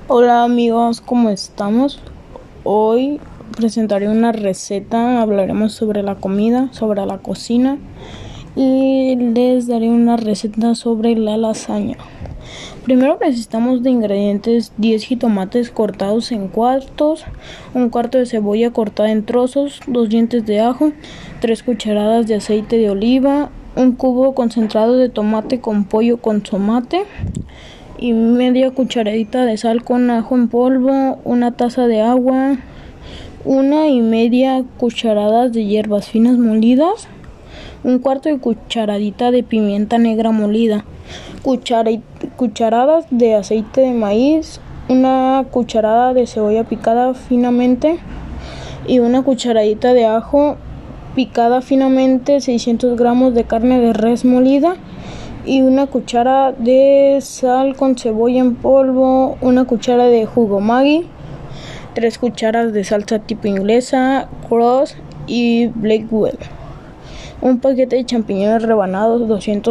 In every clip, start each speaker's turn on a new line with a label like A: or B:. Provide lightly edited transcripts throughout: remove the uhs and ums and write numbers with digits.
A: Hola amigos, ¿cómo estamos? Hoy presentaré una receta, hablaremos sobre la comida, sobre la cocina y les daré una receta sobre la lasaña. Primero necesitamos de ingredientes 10 jitomates cortados en cuartos, un cuarto de cebolla cortada en trozos, 2 dientes de ajo, 3 cucharadas de aceite de oliva, un cubo concentrado de tomate con pollo con tomate y media cucharadita de sal con ajo en polvo, una taza de agua, 1,5 cucharadas de hierbas finas molidas, un cuarto de cucharadita de pimienta negra molida, cucharadas de aceite de maíz, una cucharada de cebolla picada finamente y una cucharadita de ajo picada finamente, 600 gramos de carne de res molida y una cuchara de sal con cebolla en polvo, una cuchara de jugo Maggi, 3 cucharas de salsa tipo inglesa, Cross y Blackwell, un paquete de champiñones rebanados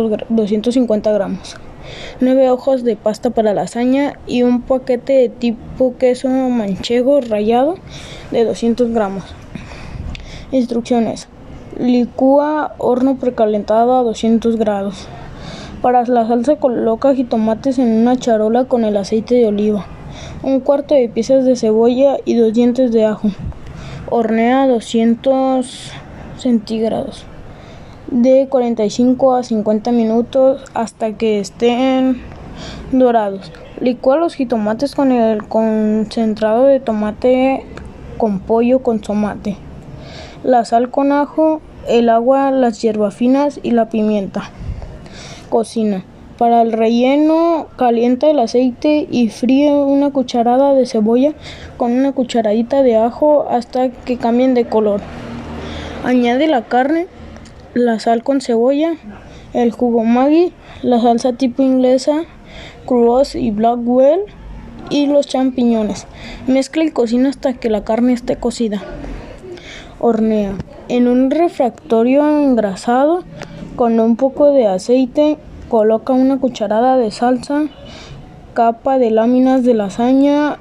A: 250 gramos, 9 hojas de pasta para lasaña y un paquete de tipo queso manchego rallado de 200 gramos. Instrucciones: licúa horno precalentado a 200 grados. Para la salsa coloca jitomates en una charola con el aceite de oliva, un cuarto de piezas de cebolla y 2 dientes de ajo. Hornea a 200 centígrados de 45 a 50 minutos hasta que estén dorados. Licúa los jitomates con el concentrado de tomate con pollo con tomate, la sal con ajo, el agua, las hierbafinas y la pimienta. Cocina. Para el relleno, calienta el aceite y fríe una cucharada de cebolla con una cucharadita de ajo hasta que cambien de color. Añade la carne, la sal con cebolla, el jugo Maggi, la salsa tipo inglesa, Cross y Blackwell y los champiñones. Mezcla y cocina hasta que la carne esté cocida. Hornea. En un refractario engrasado con un poco de aceite, coloca una cucharada de salsa, capa de láminas de lasaña,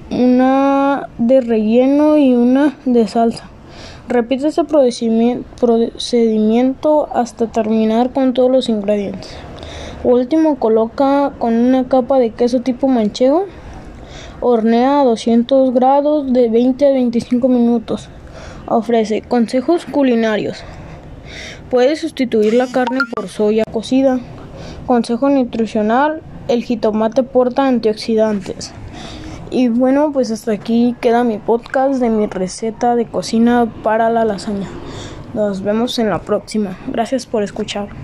A: una de relleno y una de salsa. Repite este procedimiento hasta terminar con todos los ingredientes. Por último, coloca con una capa de queso tipo manchego. Hornea a 200 grados de 20 a 25 minutos. Ofrece consejos culinarios. Puedes sustituir la carne por soya cocida. Consejo nutricional: el jitomate aporta antioxidantes. Y bueno, pues hasta aquí queda mi podcast de mi receta de cocina para la lasaña. Nos vemos en la próxima. Gracias por escuchar.